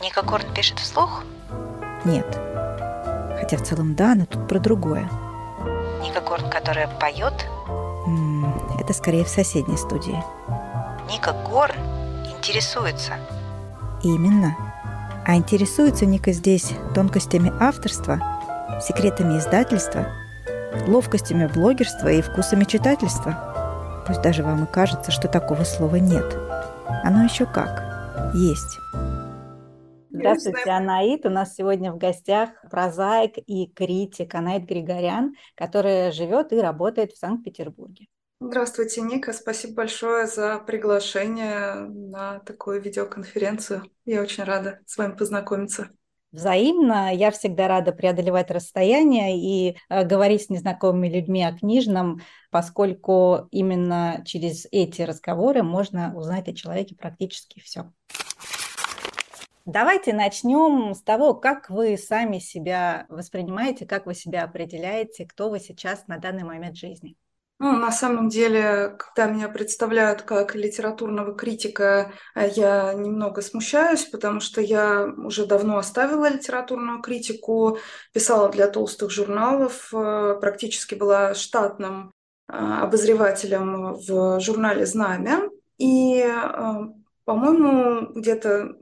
Ника Корн пишет вслух? Нет. Хотя в целом да, но тут про другое. Ника Корн, которая поет? Это скорее в соседней студии. Ника Корн интересуется. Именно. А интересуется Ника здесь тонкостями авторства, секретами издательства, ловкостями блогерства и вкусами читательства. Пусть даже вам и кажется, что такого слова нет. Оно еще как. Есть. Здравствуйте, Анаит. У нас сегодня в гостях прозаик и критик Анаит Григорян, которая живет и работает в Санкт-Петербурге. Здравствуйте, Ника. Спасибо большое за приглашение на такую видеоконференцию. Я очень рада с вами познакомиться. Взаимно. Я всегда рада преодолевать расстояние и говорить с незнакомыми людьми о книжном, поскольку именно через эти разговоры можно узнать о человеке практически все. Давайте начнем с того, как вы сами себя воспринимаете, как вы себя определяете, кто вы сейчас на данный момент жизни. На самом деле, когда меня представляют как литературного критика, я немного смущаюсь, потому что я уже давно оставила литературную критику, писала для толстых журналов, практически была штатным обозревателем в журнале «Знамя». И, по-моему, где-то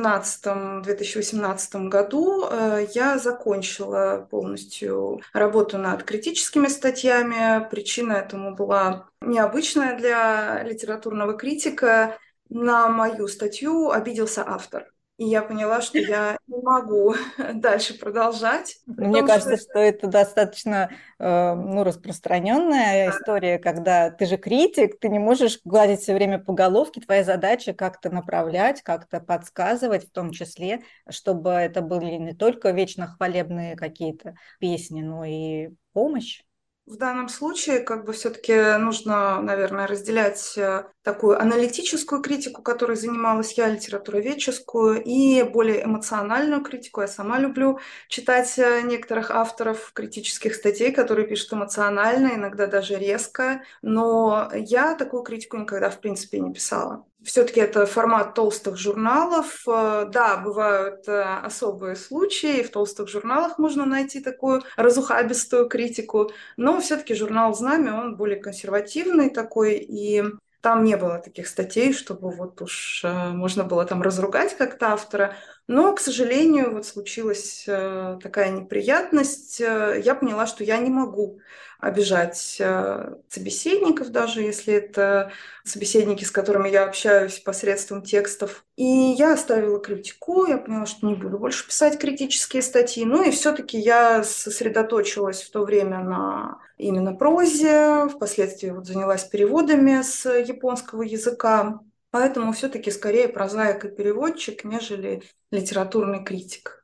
в 2018 году я закончила полностью работу над критическими статьями. Причина этому была необычная для литературного критика. На мою статью обиделся автор. И я поняла, что я не могу дальше продолжать. Мне кажется, что это достаточно распространенная история, когда ты же критик, ты не можешь гладить все время по головке, твоя задача как-то направлять, как-то подсказывать, в том числе, чтобы это были не только вечно хвалебные какие-то песни, но и помощь. В данном случае все-таки нужно, наверное, разделять такую аналитическую критику, которой занималась я, литературоведческую, и более эмоциональную критику. Я сама люблю читать некоторых авторов критических статей, которые пишут эмоционально, иногда даже резко, но я такую критику никогда, в принципе, не писала. Все-таки это формат толстых журналов. Да, бывают особые случаи, в толстых журналах можно найти такую разухабистую критику, но все-таки журнал «Знамя», он более консервативный такой, и там не было таких статей, чтобы вот уж можно было там разругать как-то автора. Но, к сожалению, вот случилась такая неприятность. Я поняла, что я не могу обижать собеседников, даже если это собеседники, с которыми я общаюсь посредством текстов. И я оставила критику, я поняла, что не буду больше писать критические статьи. Ну и все-таки я сосредоточилась в то время на именно прозе, впоследствии вот занялась переводами с японского языка. Поэтому все-таки скорее прозаик и переводчик, нежели литературный критик.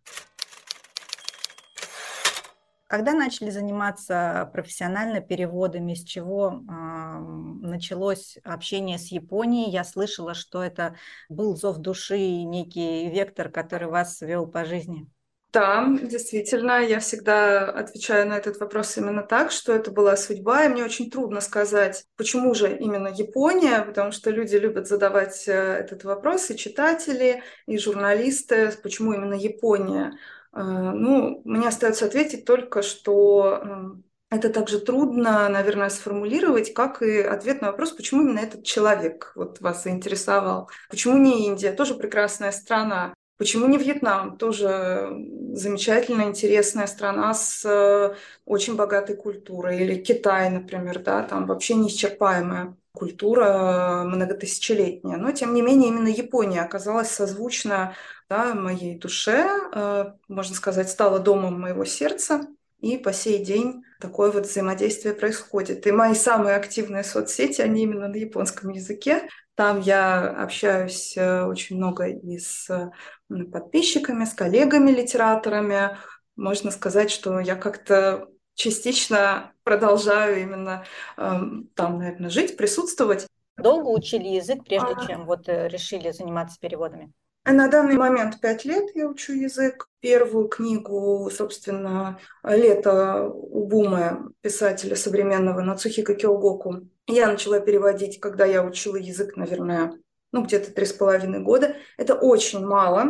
Когда начали заниматься профессионально переводами, с чего началось общение с Японией? Я слышала, что это был зов души и некий вектор, который вас вел по жизни. Да, действительно, я всегда отвечаю на этот вопрос именно так, что это была судьба, и мне очень трудно сказать, почему же именно Япония, потому что люди любят задавать этот вопрос, и читатели, и журналисты, почему именно Япония. Мне остается ответить только, что это также трудно, наверное, сформулировать, как и ответ на вопрос, почему именно этот человек вот вас заинтересовал. Почему не Индия, тоже прекрасная страна. Почему не Вьетнам? Тоже замечательная, интересная страна с очень богатой культурой. Или Китай, например, да, там вообще неисчерпаемая культура, многотысячелетняя. Но, тем не менее, именно Япония оказалась созвучна, да, моей душе, можно сказать, стала домом моего сердца. И по сей день такое вот взаимодействие происходит. И мои самые активные соцсети, они именно на японском языке. Там я общаюсь очень много и с подписчиками, с коллегами-литераторами. Можно сказать, что я как-то частично продолжаю именно там, наверное, жить, присутствовать. Долго учили язык, прежде чем решили заниматься переводами? На данный момент 5 лет я учу язык. Первую книгу, собственно, «Лето Убумэ» писателя современного Нацухико Кёгоку я начала переводить, когда я учила язык, наверное, где-то 3,5 года. Это очень мало.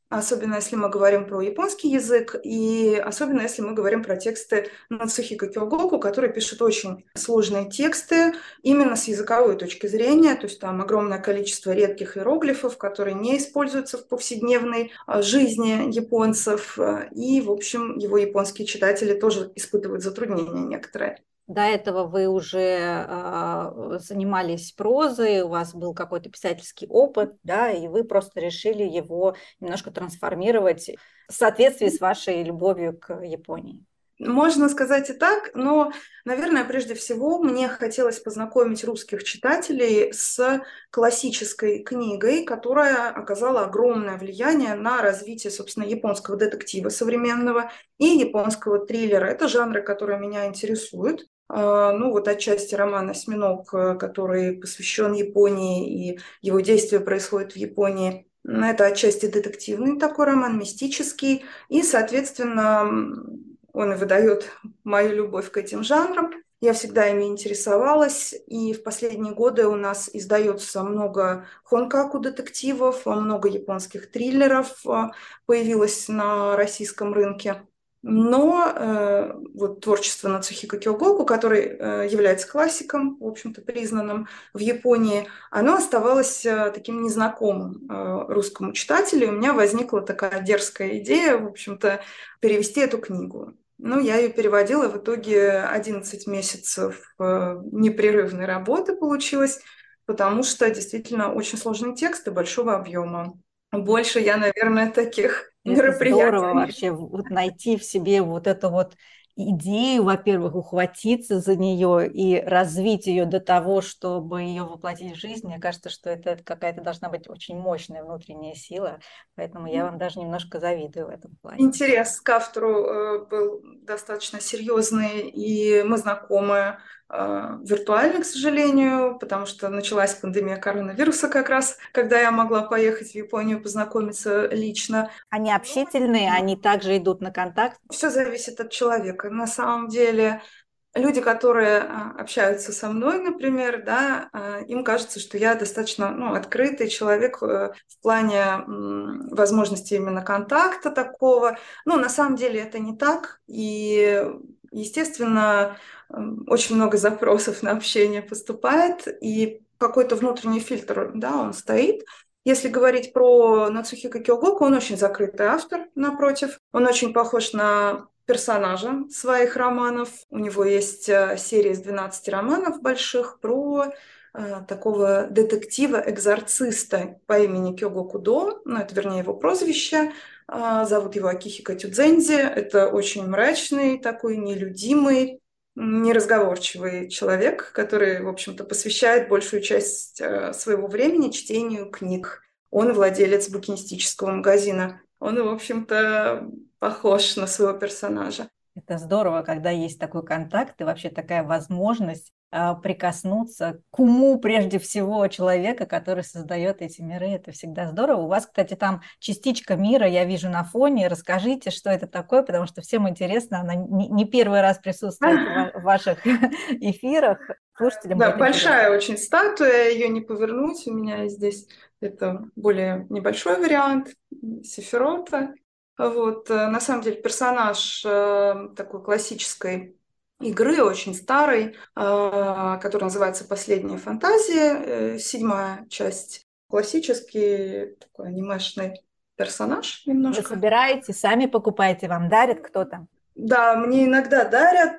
особенно если мы говорим про японский язык, и особенно если мы говорим про тексты Нацухико Кёгоку, который пишет очень сложные тексты именно с языковой точки зрения, то есть там огромное количество редких иероглифов, которые не используются в повседневной жизни японцев, и, в общем, его японские читатели тоже испытывают затруднения некоторые. До этого вы уже занимались прозой, у вас был какой-то писательский опыт, да, и вы просто решили его немножко трансформировать в соответствии с вашей любовью к Японии. Можно сказать и так, но, наверное, прежде всего мне хотелось познакомить русских читателей с классической книгой, которая оказала огромное влияние на развитие, собственно, японского детектива современного и японского триллера. Это жанры, которые меня интересуют. Ну вот отчасти роман «Осьминог», который посвящен Японии, и его действие происходит в Японии. Это отчасти детективный такой роман, мистический, и, соответственно, он и выдает мою любовь к этим жанрам. Я всегда ими интересовалась, и в последние годы у нас издается много хонкаку детективов, много японских триллеров появилось на российском рынке. Но вот творчество Нацухико Кёгоку, который является классиком, в общем-то, признанным в Японии, оно оставалось таким незнакомым русскому читателю. И у меня возникла такая дерзкая идея, в общем-то, перевести эту книгу. Ну, я ее переводила, в итоге 11 месяцев непрерывной работы получилось, потому что действительно очень сложные тексты большого объема. Больше я, наверное, таких мероприятий. Здорово вообще вот найти в себе вот эту вот идею, во-первых, ухватиться за нее и развить ее до того, чтобы ее воплотить в жизнь. Мне кажется, что это какая-то должна быть очень мощная внутренняя сила, поэтому я вам даже немножко завидую в этом плане. Интерес к автору был достаточно серьезный, и мы знакомы виртуально, к сожалению, потому что началась пандемия коронавируса как раз, когда я могла поехать в Японию познакомиться лично. Они общительные, они также идут на контакт? Все зависит от человека. На самом деле люди, которые общаются со мной, например, да, им кажется, что я достаточно открытый человек в плане возможности именно контакта такого. Но на самом деле это не так. И, естественно, очень много запросов на общение поступает, и какой-то внутренний фильтр, да, он стоит. Если говорить про Нацухико Кёгоку, он очень закрытый автор, напротив. Он очень похож на персонажа своих романов. У него есть серия из 12 романов больших про такого детектива-экзорциста по имени Кёго Кудо. Ну, это, вернее, его прозвище. Зовут его Акихико Тюдзензи. Это очень мрачный, такой нелюдимый, неразговорчивый человек, который, в общем-то, посвящает большую часть своего времени чтению книг. Он владелец букинистического магазина. Он, в общем-то, похож на своего персонажа. Это здорово, когда есть такой контакт и вообще такая возможность прикоснуться к уму прежде всего человека, который создает эти миры. Это всегда здорово. У вас, кстати, там частичка мира, я вижу на фоне. Расскажите, что это такое, потому что всем интересно. Она не первый раз присутствует в ваших эфирах. Слушателям да, большая очень статуя, ее не повернуть. У меня здесь это более небольшой вариант Сефирота. Вот. На самом деле персонаж такой классической игры, очень старый, который называется «Последняя фантазия», 7-я часть. Классический такой анимешный персонаж немножко. Вы собираете, сами покупаете, вам дарят кто-то? Да, мне иногда дарят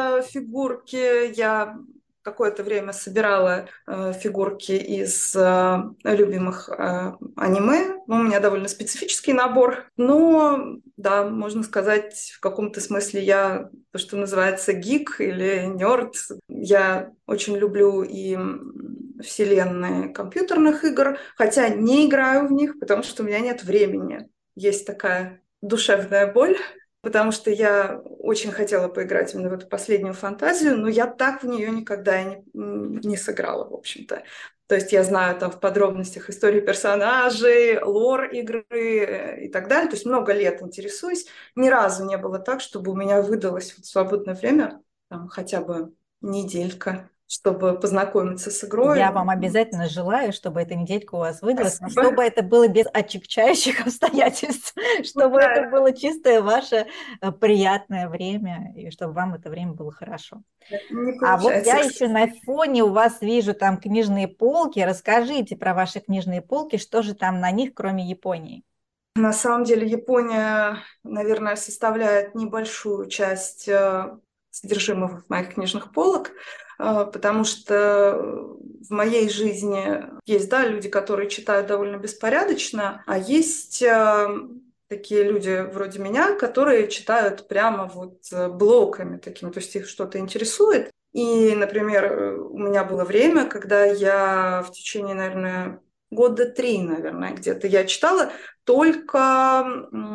фигурки. Я какое-то время собирала фигурки из любимых аниме. У меня довольно специфический набор. Но, да, можно сказать, в каком-то смысле я, то, что называется, гик или нерд. Я очень люблю и вселенные компьютерных игр, хотя не играю в них, потому что у меня нет времени. Есть такая душевная боль. Потому что я очень хотела поиграть именно в эту последнюю фантазию, но я так в нее никогда и не сыграла, в общем-то. То есть я знаю там в подробностях истории персонажей, лор игры и так далее. То есть много лет интересуюсь. Ни разу не было так, чтобы у меня выдалось вот свободное время, там, хотя бы неделька чтобы познакомиться с игрой. Я вам обязательно желаю, чтобы эта неделька у вас выдалась, но Спасибо. чтобы это было без отягчающих обстоятельств, чтобы Да, это было чистое ваше приятное время, и чтобы вам это время было хорошо. не А вот получается, я к еще на фоне у вас вижу там книжные полки. Расскажите про ваши книжные полки, что же там на них, кроме Японии? На самом деле Япония, наверное, составляет небольшую часть содержимого моих книжных полок, потому что в моей жизни есть, да, люди, которые читают довольно беспорядочно, а есть такие люди вроде меня, которые читают прямо вот блоками такими, то есть их что-то интересует. И, например, у меня было время, когда я в течение, наверное, года 3, наверное, где-то я читала только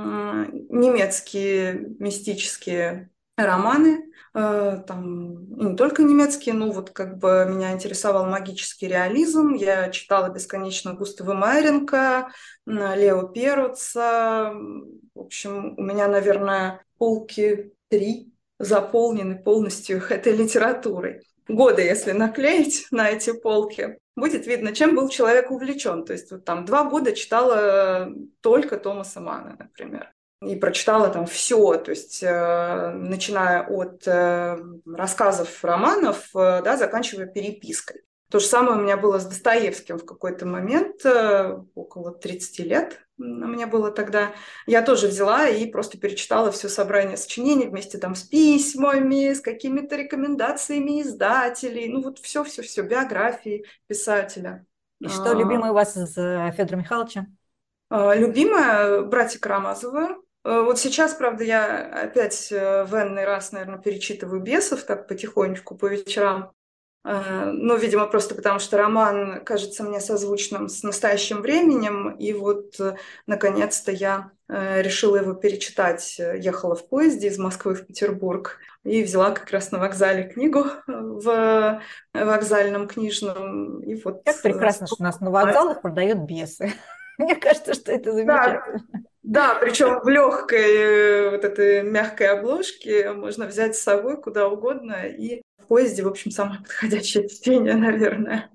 немецкие мистические романы, там, и не только немецкие, но вот как бы меня интересовал магический реализм. Я читала бесконечно Густава Майренко, Лео Перуца. В общем, у меня, наверное, полки 3 заполнены полностью этой литературой. Годы, если наклеить на эти полки, будет видно, чем был человек увлечен. То есть вот там 2 года читала только Томаса Манна, например. И прочитала там все, то есть начиная от рассказов, романов, да, заканчивая перепиской. То же самое у меня было с Достоевским в какой-то момент, около 30 лет мне было тогда. Я тоже взяла и просто перечитала все собрание сочинений вместе там с письмами, с какими-то рекомендациями издателей, ну вот все-все-все, биографии писателя. И что любимое у вас из Федора Михайловича? Любимая «Братья Карамазовы». Вот сейчас, правда, я опять в энный раз, наверное, перечитываю «Бесов» так потихонечку по вечерам. Ну, видимо, просто потому что роман кажется мне созвучным с настоящим временем. И вот, наконец-то, я решила его перечитать. Ехала в поезде из Москвы в Петербург и взяла как раз на вокзале книгу в вокзальном книжном. И вот... Как прекрасно, что у нас на вокзалах продают «Бесы». Мне кажется, что это замечательно. Да, причем в легкой вот этой мягкой обложке можно взять с собой куда угодно. И в поезде, в общем, самое подходящее чтение, наверное.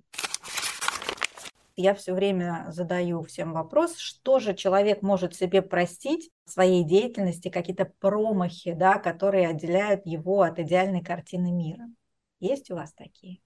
Я все время задаю всем вопрос, что же человек может себе простить в своей деятельности, какие-то промахи, да, которые отделяют его от идеальной картины мира. Есть у вас такие?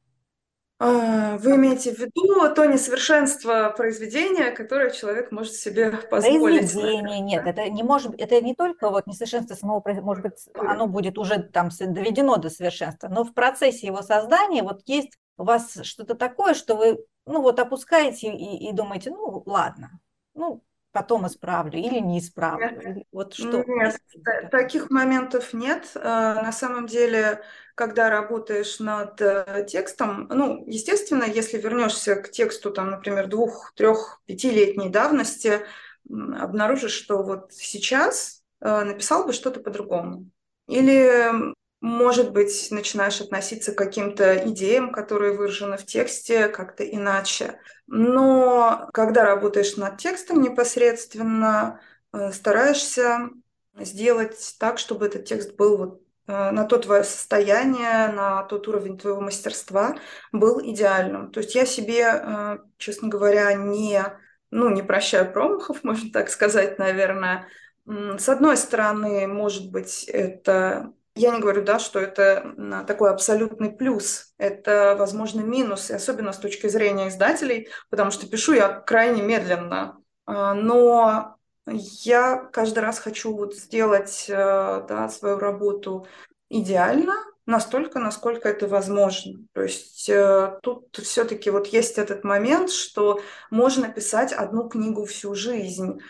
Вы имеете в виду то несовершенство произведения, которое человек может себе позволить? Произведение, нет, это не может, это не только вот несовершенство самого, может быть, оно будет уже там доведено до совершенства, но в процессе его создания вот есть у вас что-то такое, что вы, ну вот опускаете и думаете, ну ладно, ну потом исправлю или не исправлю, вот что? Нет, таких моментов нет. На самом деле, когда работаешь над текстом, ну, естественно, если вернешься к тексту, там, например, 2, 3, 5-летней давности, обнаружишь, что вот сейчас написал бы что-то по-другому. Или, может быть, начинаешь относиться к каким-то идеям, которые выражены в тексте, как-то иначе. Но когда работаешь над текстом непосредственно, стараешься сделать так, чтобы этот текст был вот на то твое состояние, на тот уровень твоего мастерства был идеальным. То есть я себе, честно говоря, не прощаю промахов, можно так сказать, наверное. С одной стороны, может быть, это... Я не говорю, да, что это такой абсолютный плюс. Это, возможно, минус, и особенно с точки зрения издателей, потому что пишу я крайне медленно. Но я каждый раз хочу вот сделать, да, свою работу идеально, настолько, насколько это возможно. То есть тут все-таки вот есть этот момент, что можно писать одну книгу всю жизнь.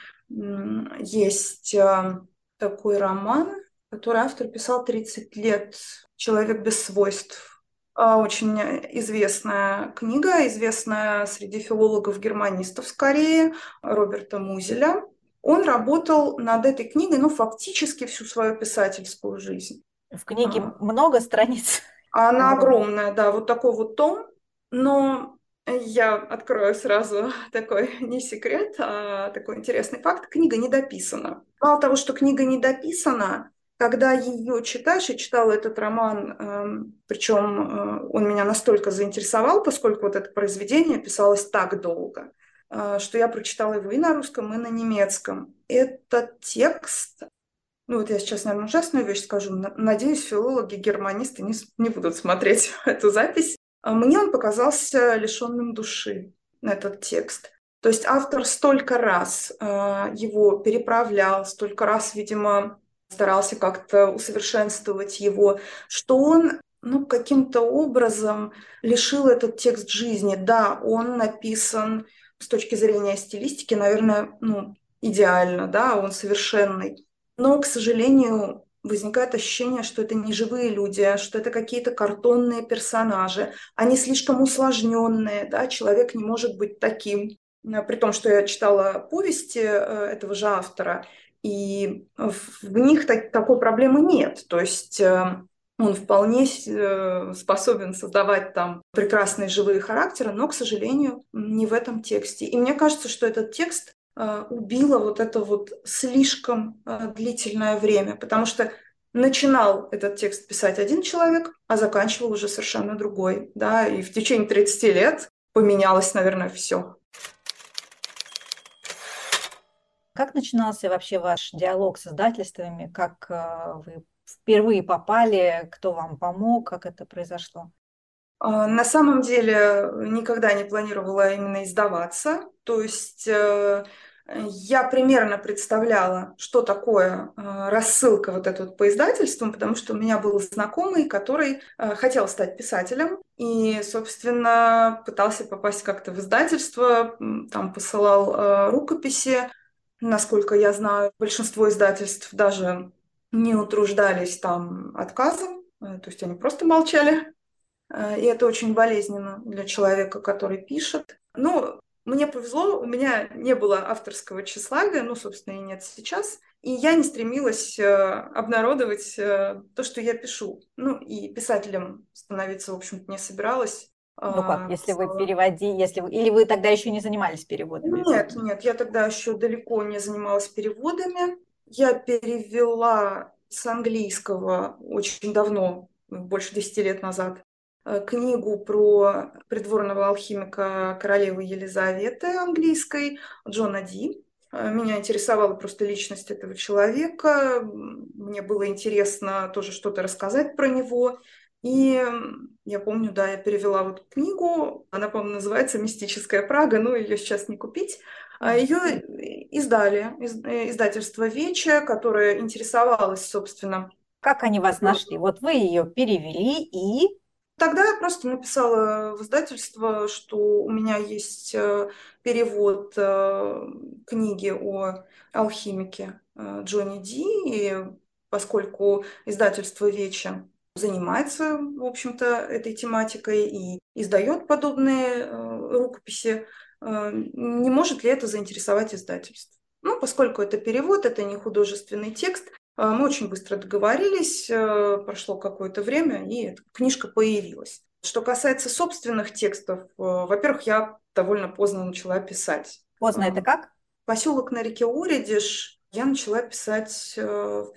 Есть такой роман, который автор писал 30 лет, «Человек без свойств». Очень известная книга, известная среди филологов-германистов скорее, Роберта Музеля. Он работал над этой книгой, ну, фактически всю свою писательскую жизнь. В книге много страниц? Она огромная, да, вот такой вот том, но я открою сразу такой не секрет, а такой интересный факт. Книга не дописана. Мало того, что книга не дописана, когда ее читаешь, я читала этот роман, причем он меня настолько заинтересовал, поскольку вот это произведение писалось так долго, что я прочитала его и на русском, и на немецком. Этот текст, ну вот я сейчас, наверное, ужасную вещь скажу, надеюсь, филологи, германисты не будут смотреть эту запись. Мне он показался лишенным души, этот текст. То есть автор столько раз его переправлял, столько раз, видимо, старался как-то усовершенствовать его, что он, ну, каким-то образом лишил этот текст жизни. Да, он написан с точки зрения стилистики, наверное, ну, идеально, да, он совершенный. Но, к сожалению, возникает ощущение, что это не живые люди, что это какие-то картонные персонажи. Они слишком усложненные, да, человек не может быть таким. При том, что я читала повести этого же автора, и в них такой проблемы нет. То есть он вполне способен создавать там прекрасные живые характеры, но, к сожалению, не в этом тексте. И мне кажется, что этот текст убило вот это вот слишком длительное время, потому что начинал этот текст писать один человек, а заканчивал уже совершенно другой, да, и в течение 30 лет поменялось, наверное, все. Как начинался вообще ваш диалог с издательствами? Как вы впервые попали? Кто вам помог? Как это произошло? На самом деле никогда не планировала именно издаваться. То есть я примерно представляла, что такое рассылка вот эта вот по издательствам, потому что у меня был знакомый, который хотел стать писателем и, собственно, пытался попасть как-то в издательство, там посылал рукописи. Насколько я знаю, большинство издательств даже не утруждались там отказом, то есть они просто молчали. И это очень болезненно для человека, который пишет. Ну, мне повезло, у меня не было авторского тщеславия, ну, собственно, и нет сейчас. И я не стремилась обнародовать то, что я пишу. Ну, и писателем становиться, в общем-то, не собиралась. Ну как, если вы или вы тогда еще не занимались переводами? Нет, я тогда еще далеко не занималась переводами. Я перевела с английского очень давно, больше 10 лет назад, книгу про придворного алхимика королевы Елизаветы английской Джона Ди. Меня интересовала просто личность этого человека. Мне было интересно тоже что-то рассказать про него. И я помню, да, я перевела вот книгу, она, по-моему, называется «Мистическая Прага», но ее сейчас не купить. Ее издали, издательство «Вече», которое интересовалось, собственно. Как они вас нашли? Вот вы ее перевели и... Тогда я просто написала в издательство, что у меня есть перевод книги о алхимике Джонни Ди, и поскольку издательство «Вече» занимается, в общем-то, этой тематикой и издает подобные рукописи, не может ли это заинтересовать издательство? Ну, поскольку это перевод, это не художественный текст, мы очень быстро договорились, прошло какое-то время, и эта книжка появилась. Что касается собственных текстов, во-первых, я довольно поздно начала писать. Поздно это как? «Поселок на реке Уридиш» я начала писать в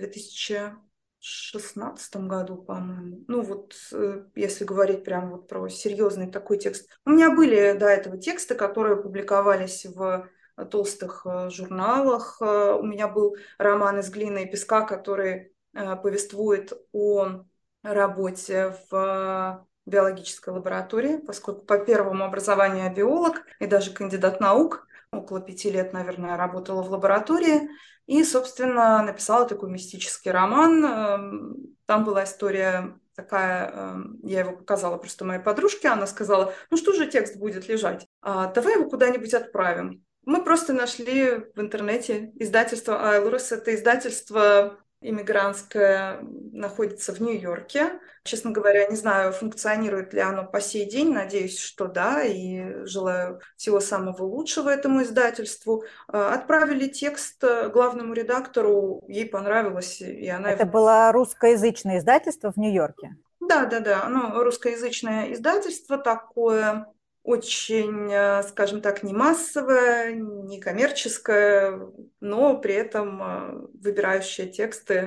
2016 году, по-моему. Ну вот, если говорить прям вот про серьезный такой текст. У меня были до этого тексты, которые публиковались в толстых журналах. У меня был роман «Из глины и песка», который повествует о работе в биологической лаборатории, поскольку по первому образованию я биолог и даже кандидат наук. Около 5 лет, наверное, работала в лаборатории. И, собственно, написала такой мистический роман. Там была история такая, я его показала просто моей подружке, она сказала: ну что же текст будет лежать? Давай его куда-нибудь отправим. Мы просто нашли в интернете издательство «Айлорс». Это издательство иммигрантское, находится в Нью-Йорке. Честно говоря, не знаю, функционирует ли оно по сей день. Надеюсь, что да, и желаю всего самого лучшего этому издательству. Отправили текст главному редактору, ей понравилось, и она... Это было русскоязычное издательство в Нью-Йорке? Да, оно русскоязычное издательство такое, очень, скажем так, не массовое, не коммерческое, но при этом выбирающее тексты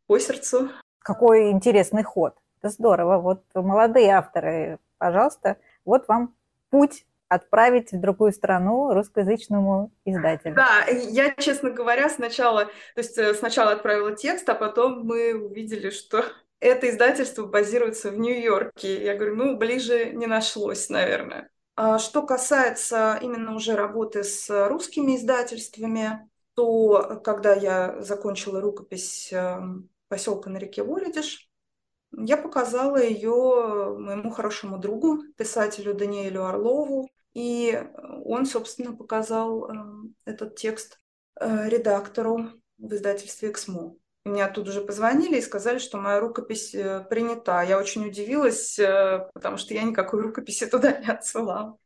по сердцу. Какой интересный ход. Это здорово. Вот молодые авторы, пожалуйста, вот вам путь отправить в другую страну русскоязычному издателю. Да, я, честно говоря, сначала отправила текст, а потом мы увидели, что это издательство базируется в Нью-Йорке. Я говорю, ближе не нашлось, наверное. А что касается именно уже работы с русскими издательствами, то когда я закончила рукопись «Поселка на реке Волидиш», я показала ее моему хорошему другу, писателю Даниэлю Орлову, и он, собственно, показал этот текст редактору в издательстве «Эксмо». Мне оттуда уже позвонили и сказали, что моя рукопись принята. Я очень удивилась, потому что я никакой рукописи туда не отсылала.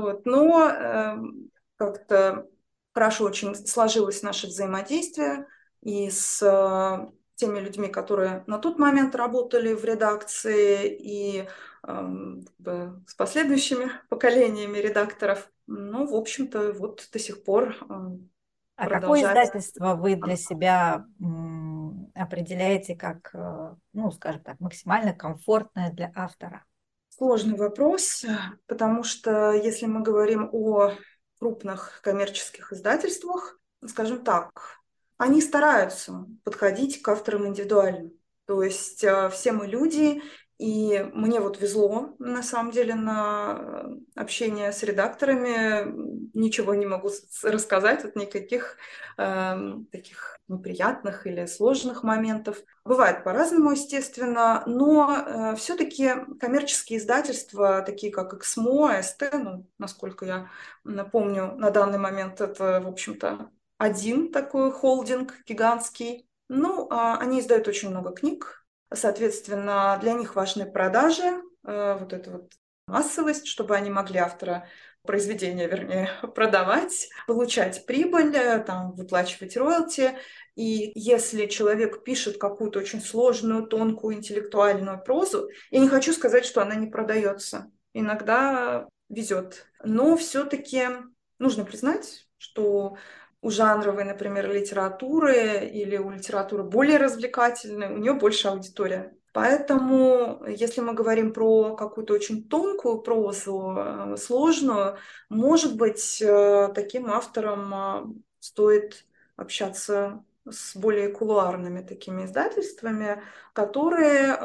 Но как-то хорошо очень сложилось наше взаимодействие и с теми людьми, которые на тот момент работали в редакции, и с последующими поколениями редакторов. В общем-то, вот до сих пор А какое издательство вы для себя определяете как, скажем так, максимально комфортное для автора? Сложный вопрос, потому что если мы говорим о крупных коммерческих издательствах, скажем так, они стараются подходить к авторам индивидуально. То есть все мы люди, и мне везло, на самом деле, на общение с редакторами. Ничего не могу рассказать, никаких таких неприятных или сложных моментов. Бывает по-разному, естественно, но все-таки коммерческие издательства, такие как «Эксмо», «СТ», насколько я помню, на данный момент это, в общем-то, один такой холдинг гигантский. Они издают очень много книг, соответственно, для них важны продажи, массовость, чтобы они могли произведения, вернее, продавать, получать прибыль, выплачивать роялти. И если человек пишет какую-то очень сложную, тонкую, интеллектуальную прозу, я не хочу сказать, что она не продается. Иногда везет. Но все-таки нужно признать, что у жанровой, например, литературы или у литературы более развлекательной, у нее больше аудитория. Поэтому, если мы говорим про какую-то очень тонкую прозу, сложную, может быть, таким авторам стоит общаться с более кулуарными такими издательствами, которые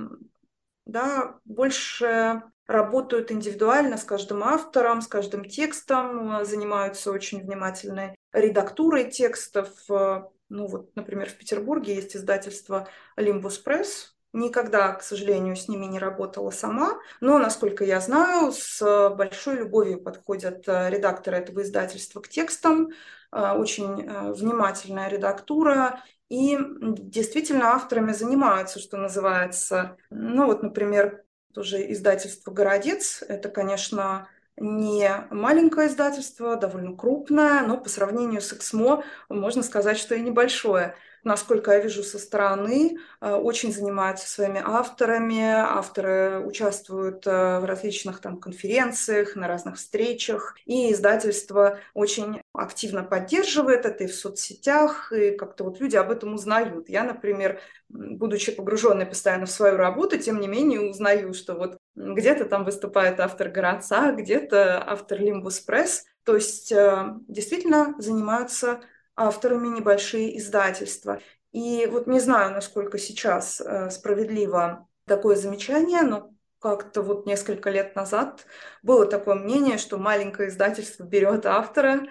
больше работают индивидуально с каждым автором, с каждым текстом, занимаются очень внимательной редактурой текстов. Например, в Петербурге есть издательство Limbus Press. Никогда, к сожалению, с ними не работала сама, но, насколько я знаю, с большой любовью подходят редакторы этого издательства к текстам, очень внимательная редактура, и действительно авторами занимаются, что называется. Например, тоже издательство «Городец». Это, конечно, не маленькое издательство, довольно крупное, но по сравнению с «Эксмо» можно сказать, что и небольшое. Насколько я вижу со стороны, очень занимаются своими авторами. Авторы участвуют в различных конференциях, на разных встречах. И издательство очень активно поддерживает это и в соцсетях, и как-то люди об этом узнают. Я, например, будучи погруженной постоянно в свою работу, тем не менее узнаю, что где-то там выступает автор «Городца», где-то автор Limbus Press. То есть действительно занимаются авторами небольшие издательства. И не знаю, насколько сейчас справедливо такое замечание, но как-то несколько лет назад было такое мнение, что маленькое издательство берет автора,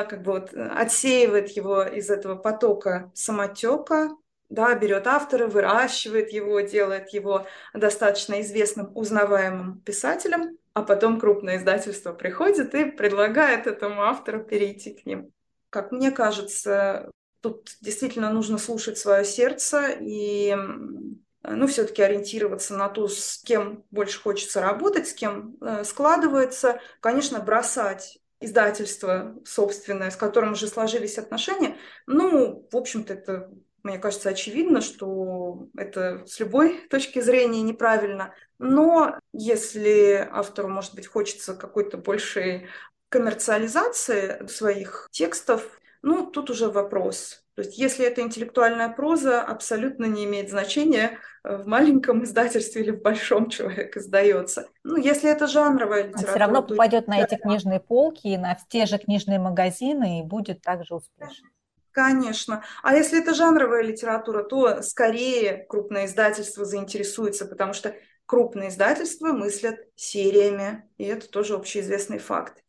отсеивает его из этого потока самотека, берет автора, выращивает его, делает его достаточно известным, узнаваемым писателем, а потом крупное издательство приходит и предлагает этому автору перейти к ним. Как мне кажется, тут действительно нужно слушать свое сердце и все-таки ориентироваться на то, с кем больше хочется работать, с кем складывается. Конечно, бросать издательство собственное, с которым уже сложились отношения, в общем-то, это, мне кажется, очевидно, что это с любой точки зрения неправильно. Но если автору, может быть, хочется какой-то большей коммерциализации своих текстов, тут уже вопрос. То есть если это интеллектуальная проза, абсолютно не имеет значения, в маленьком издательстве или в большом человек издается. Ну, если это жанровая Он литература, все равно то попадет на эти книжные полки, на те же книжные магазины и будет также успешен. конечно. А если это жанровая литература, то скорее крупное издательство заинтересуется, потому что крупные издательства мыслят сериями, и это тоже общеизвестный факт.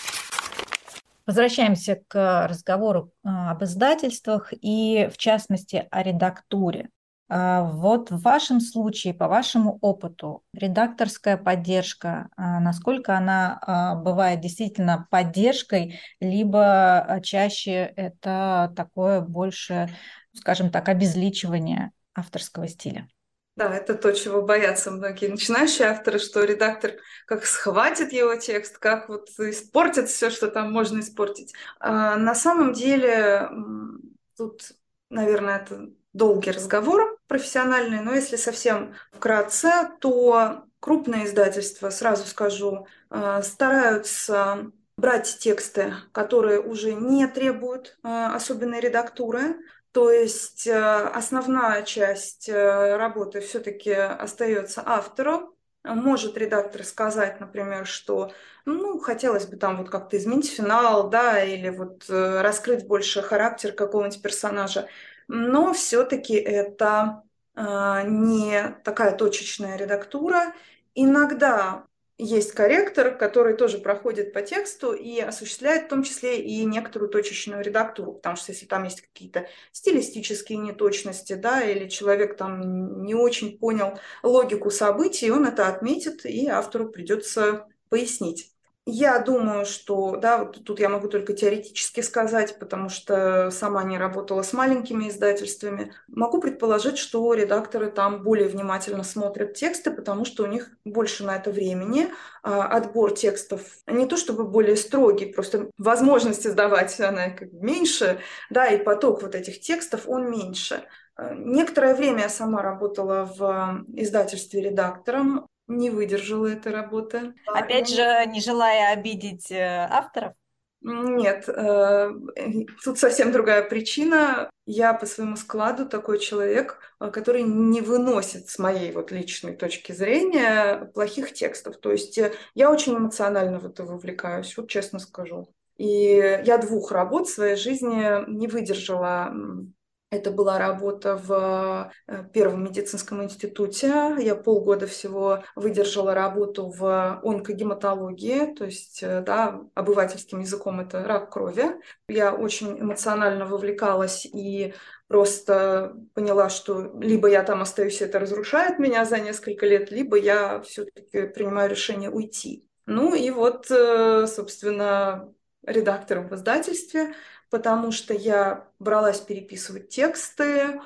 Возвращаемся к разговору об издательствах и, в частности, о редактуре. Вот в вашем случае, по вашему опыту, редакторская поддержка, насколько она бывает действительно поддержкой, либо чаще это такое больше, скажем так, обезличивание авторского стиля? Да, это то, чего боятся многие начинающие авторы, что редактор как схватит его текст, как вот испортит все, что там можно испортить. На самом деле тут, наверное, это долгий разговор профессиональный, но если совсем вкратце, то крупные издательства, сразу скажу, стараются брать тексты, которые уже не требуют особенной редактуры. То есть основная часть работы все-таки остается автору. Может редактор сказать, например, что ну, хотелось бы там вот как-то изменить финал, да, или вот раскрыть больше характер какого-нибудь персонажа. Но все-таки это не такая точечная редактура. Иногда есть корректор, который тоже проходит по тексту и осуществляет в том числе и некоторую точечную редактуру, потому что если там есть какие-то стилистические неточности, да, или человек там не очень понял логику событий, он это отметит, и автору придется пояснить. Я думаю, что, да, вот тут я могу только теоретически сказать, потому что сама не работала с маленькими издательствами. Могу предположить, что редакторы там более внимательно смотрят тексты, потому что у них больше на это времени. Отбор текстов не то чтобы более строгий, просто возможность издавать она как бы меньше, да, и поток вот этих текстов, он меньше. Некоторое время я сама работала в издательстве редактором, не выдержала этой работы. Опять же, не желая обидеть авторов? Нет, тут совсем другая причина. Я по своему складу такой человек, который не выносит с моей вот личной точки зрения плохих текстов. То есть я очень эмоционально в это вовлекаюсь, вот честно скажу. И я 2 работ в своей жизни не выдержала. Это была работа в Первом медицинском институте. Я полгода всего выдержала работу в онкогематологии, то есть, да, обывательским языком это рак крови. Я очень эмоционально вовлекалась и просто поняла, что либо я там остаюсь, и это разрушает меня за несколько лет, либо я все-таки принимаю решение уйти. Ну и вот, собственно, редактором в издательстве, потому что я бралась переписывать тексты,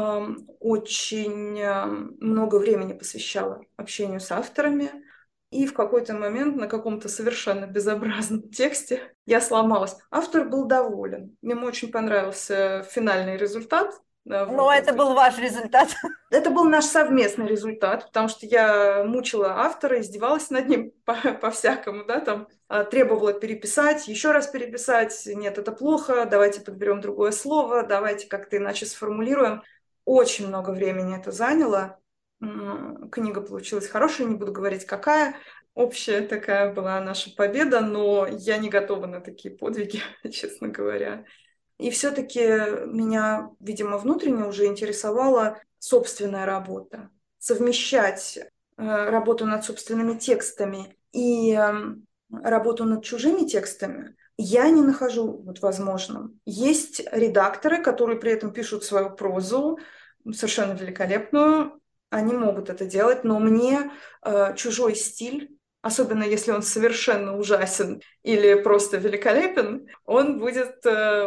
очень много времени посвящала общению с авторами. И в какой-то момент на каком-то совершенно безобразном тексте я сломалась. Автор был доволен. Ему очень понравился финальный результат. Но это был ваш результат. Это был наш совместный результат, потому что я мучила автора, издевалась над ним по-всякому, да, там требовала переписать, еще раз переписать, нет, это плохо, давайте подберем другое слово, давайте как-то иначе сформулируем. Очень много времени это заняло. Книга получилась хорошая, не буду говорить, какая. Общая такая была наша победа, но я не готова на такие подвиги, честно говоря. И все-таки меня, видимо, внутренне уже интересовала собственная работа. Совмещать работу над собственными текстами и работу над чужими текстами я не нахожу вот возможным. Есть редакторы, которые при этом пишут свою прозу, совершенно великолепную. Они могут это делать, но мне чужой стиль, особенно если он совершенно ужасен или просто великолепен, он будет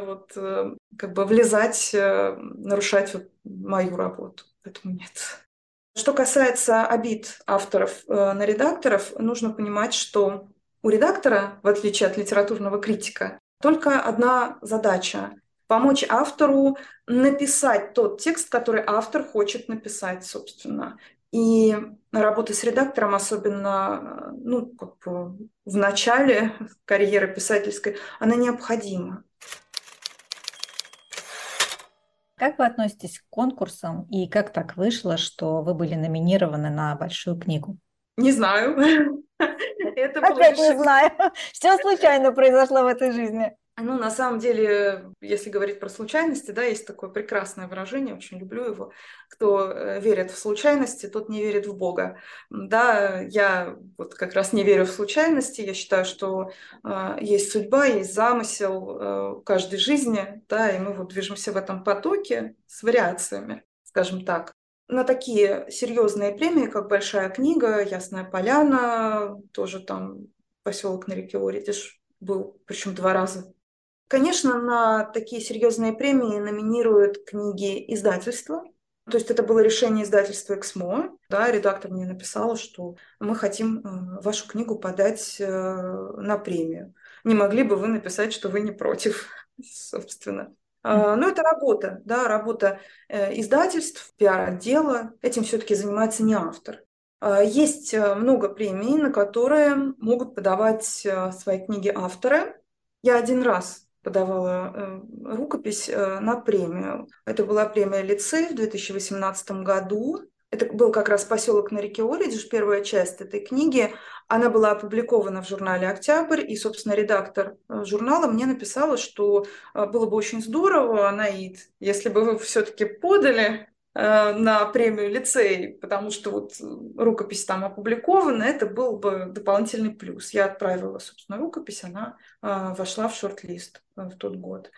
как бы влезать, нарушать вот мою работу. Поэтому нет. Что касается обид авторов на редакторов, нужно понимать, что у редактора, в отличие от литературного критика, только одна задача – помочь автору написать тот текст, который автор хочет написать, собственно. И работа с редактором, особенно как бы в начале карьеры писательской, она необходима. Как вы относитесь к конкурсам и как так вышло, что вы были номинированы на большую книгу? Не знаю. Это было Опять не решение. знаю, что случайно произошло в этой жизни. Ну, на самом деле, если говорить про случайности, да, есть такое прекрасное выражение, очень люблю его. Кто верит в случайности, тот не верит в Бога. Да, я вот как раз не верю в случайности. Я считаю, что есть судьба, есть замысел в каждой жизни, да, и мы вот движемся в этом потоке с вариациями, скажем так. На такие серьезные премии, как «Большая книга», «Ясная поляна», тоже там поселок на реке Оридиш был, причем 2 раза. Конечно, на такие серьезные премии номинируют книги издательства. То есть это было решение издательства «Эксмо». Да, редактор мне написала, что мы хотим вашу книгу подать на премию. Не могли бы вы написать, что вы не против, собственно. Но это работа, да, работа издательств, пиар-отдела. Этим все-таки занимается не автор. Есть много премий, на которые могут подавать свои книги авторы. Я 1 раз подавала рукопись на премию. Это была премия «Лицей» в 2018 году. Это был как раз поселок на реке Оридиш, первая часть этой книги. Она была опубликована в журнале «Октябрь», и, собственно, редактор журнала мне написала, что было бы очень здорово, Анаит, если бы вы все-таки подали на премию «Лицей», потому что вот рукопись там опубликована, это был бы дополнительный плюс. Я отправила, собственно, рукопись, она вошла в шорт-лист в тот год.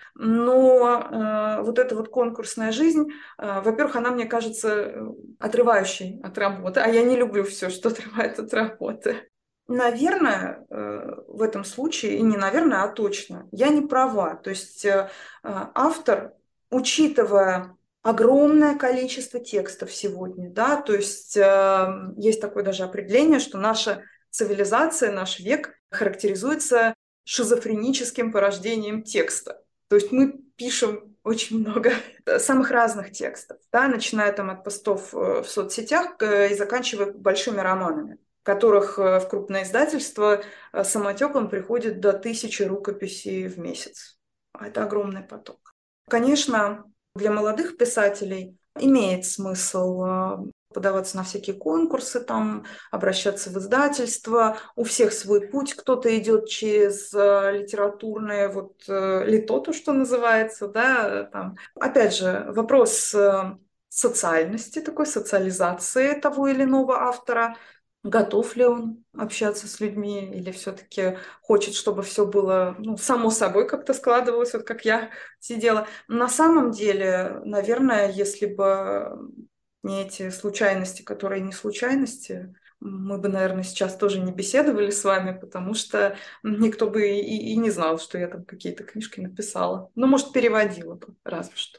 Но вот эта вот конкурсная жизнь, во-первых, она, мне кажется, отрывающей от работы, а я не люблю все, что отрывает от работы. Наверное, в этом случае, и не наверное, а точно, я не права. То есть автор, учитывая огромное количество текстов сегодня, да, то есть есть такое даже определение, что наша цивилизация, наш век характеризуется шизофреническим порождением текста. То есть мы пишем очень много самых разных текстов, да, начиная там от постов в соцсетях и заканчивая большими романами, которых в крупное издательство самотеком приходит до 1000 рукописей в месяц. Это огромный поток. Конечно, для молодых писателей имеет смысл подаваться на всякие конкурсы, там, обращаться в издательство. У всех свой путь. Кто-то идет через литературное вот лито, что называется. Да, там. Опять же, вопрос социальности, такой социализации того или иного автора. Готов ли он общаться с людьми или все-таки хочет, чтобы все было само собой как-то складывалось, вот как я сидела. На самом деле, наверное, если бы не эти случайности, которые не случайности, мы бы, наверное, сейчас тоже не беседовали с вами, потому что никто бы и не знал, что я там какие-то книжки написала. Ну, может, переводила бы, разве что.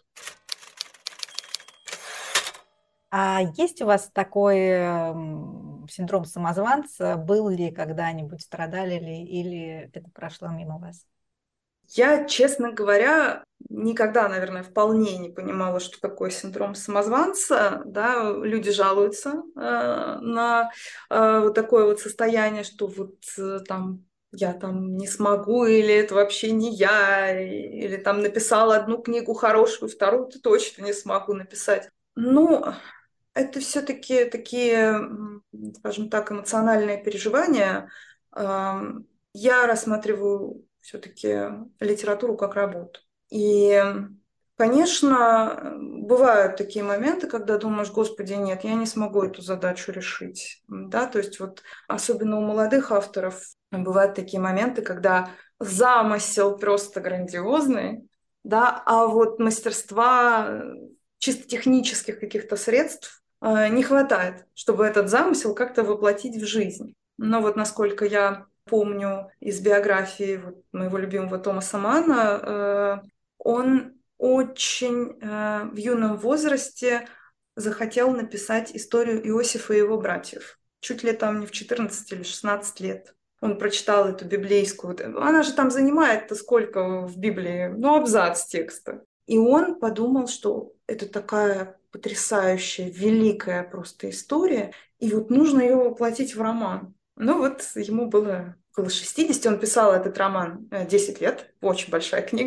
А есть у вас такой синдром самозванца? Был ли когда-нибудь, страдали ли, или это прошло мимо вас? Я, честно говоря, никогда, наверное, вполне не понимала, что такое синдром самозванца. Да, люди жалуются на вот такое вот состояние, что вот там я там не смогу, или это вообще не я, или там написала одну книгу хорошую, вторую-то точно не смогу написать. Ну, это все-таки такие, скажем так, эмоциональные переживания. Я рассматриваю все-таки литературу как работу. И, конечно, бывают такие моменты, когда думаешь, господи, нет, я не смогу эту задачу решить. Да? То есть вот особенно у молодых авторов бывают такие моменты, когда замысел просто грандиозный, да, а вот мастерства чисто технических каких-то средств не хватает, чтобы этот замысел как-то воплотить в жизнь. Но вот насколько я помню из биографии вот моего любимого Томаса Манна, он очень в юном возрасте захотел написать историю Иосифа и его братьев. Чуть ли там не в 14 или 16 лет. Он прочитал эту библейскую... Она же там занимает-то сколько в Библии? Абзац текста. И он подумал, что это такая потрясающая, великая просто история, и вот нужно ее воплотить в роман. Ну вот ему было около 60, он писал этот роман 10 лет, очень большая книга.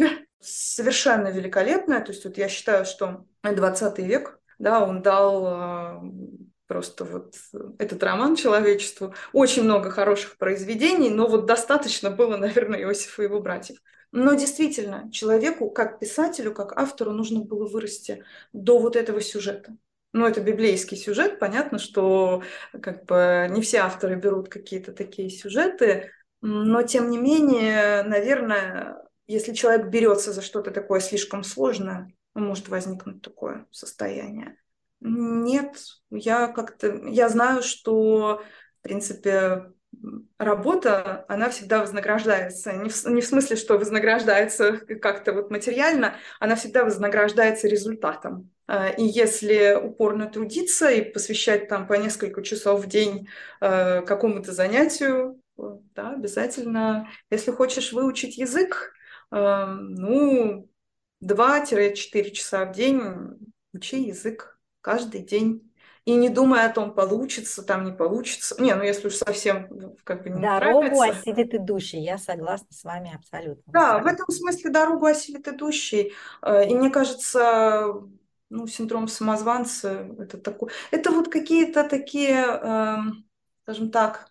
совершенно великолепная. То есть вот я считаю, что 20 век, да, он дал просто вот этот роман человечеству. Очень много хороших произведений, но вот достаточно было, наверное, Иосифа и его братьев. Но действительно, человеку, как писателю, как автору, нужно было вырасти до вот этого сюжета. Ну, это библейский сюжет, понятно, что как бы не все авторы берут какие-то такие сюжеты, но тем не менее, наверное, если человек берется за что-то такое слишком сложное, может возникнуть такое состояние. Нет, я знаю, что, в принципе, работа, она всегда вознаграждается. Не в смысле, что вознаграждается как-то вот материально, она всегда вознаграждается результатом. И если упорно трудиться и посвящать там по несколько часов в день какому-то занятию, да, обязательно. Если хочешь выучить язык, ну, 2-4 часа в день учи язык каждый день. И не думай о том, получится, там не получится. Не, ну если уж совсем как бы не Дорогу нравится. осилит идущий, я согласна с вами абсолютно. Да, в этом смысле дорогу осилит идущий. И мне кажется, ну, синдром самозванца, это вот какие-то такие, скажем так,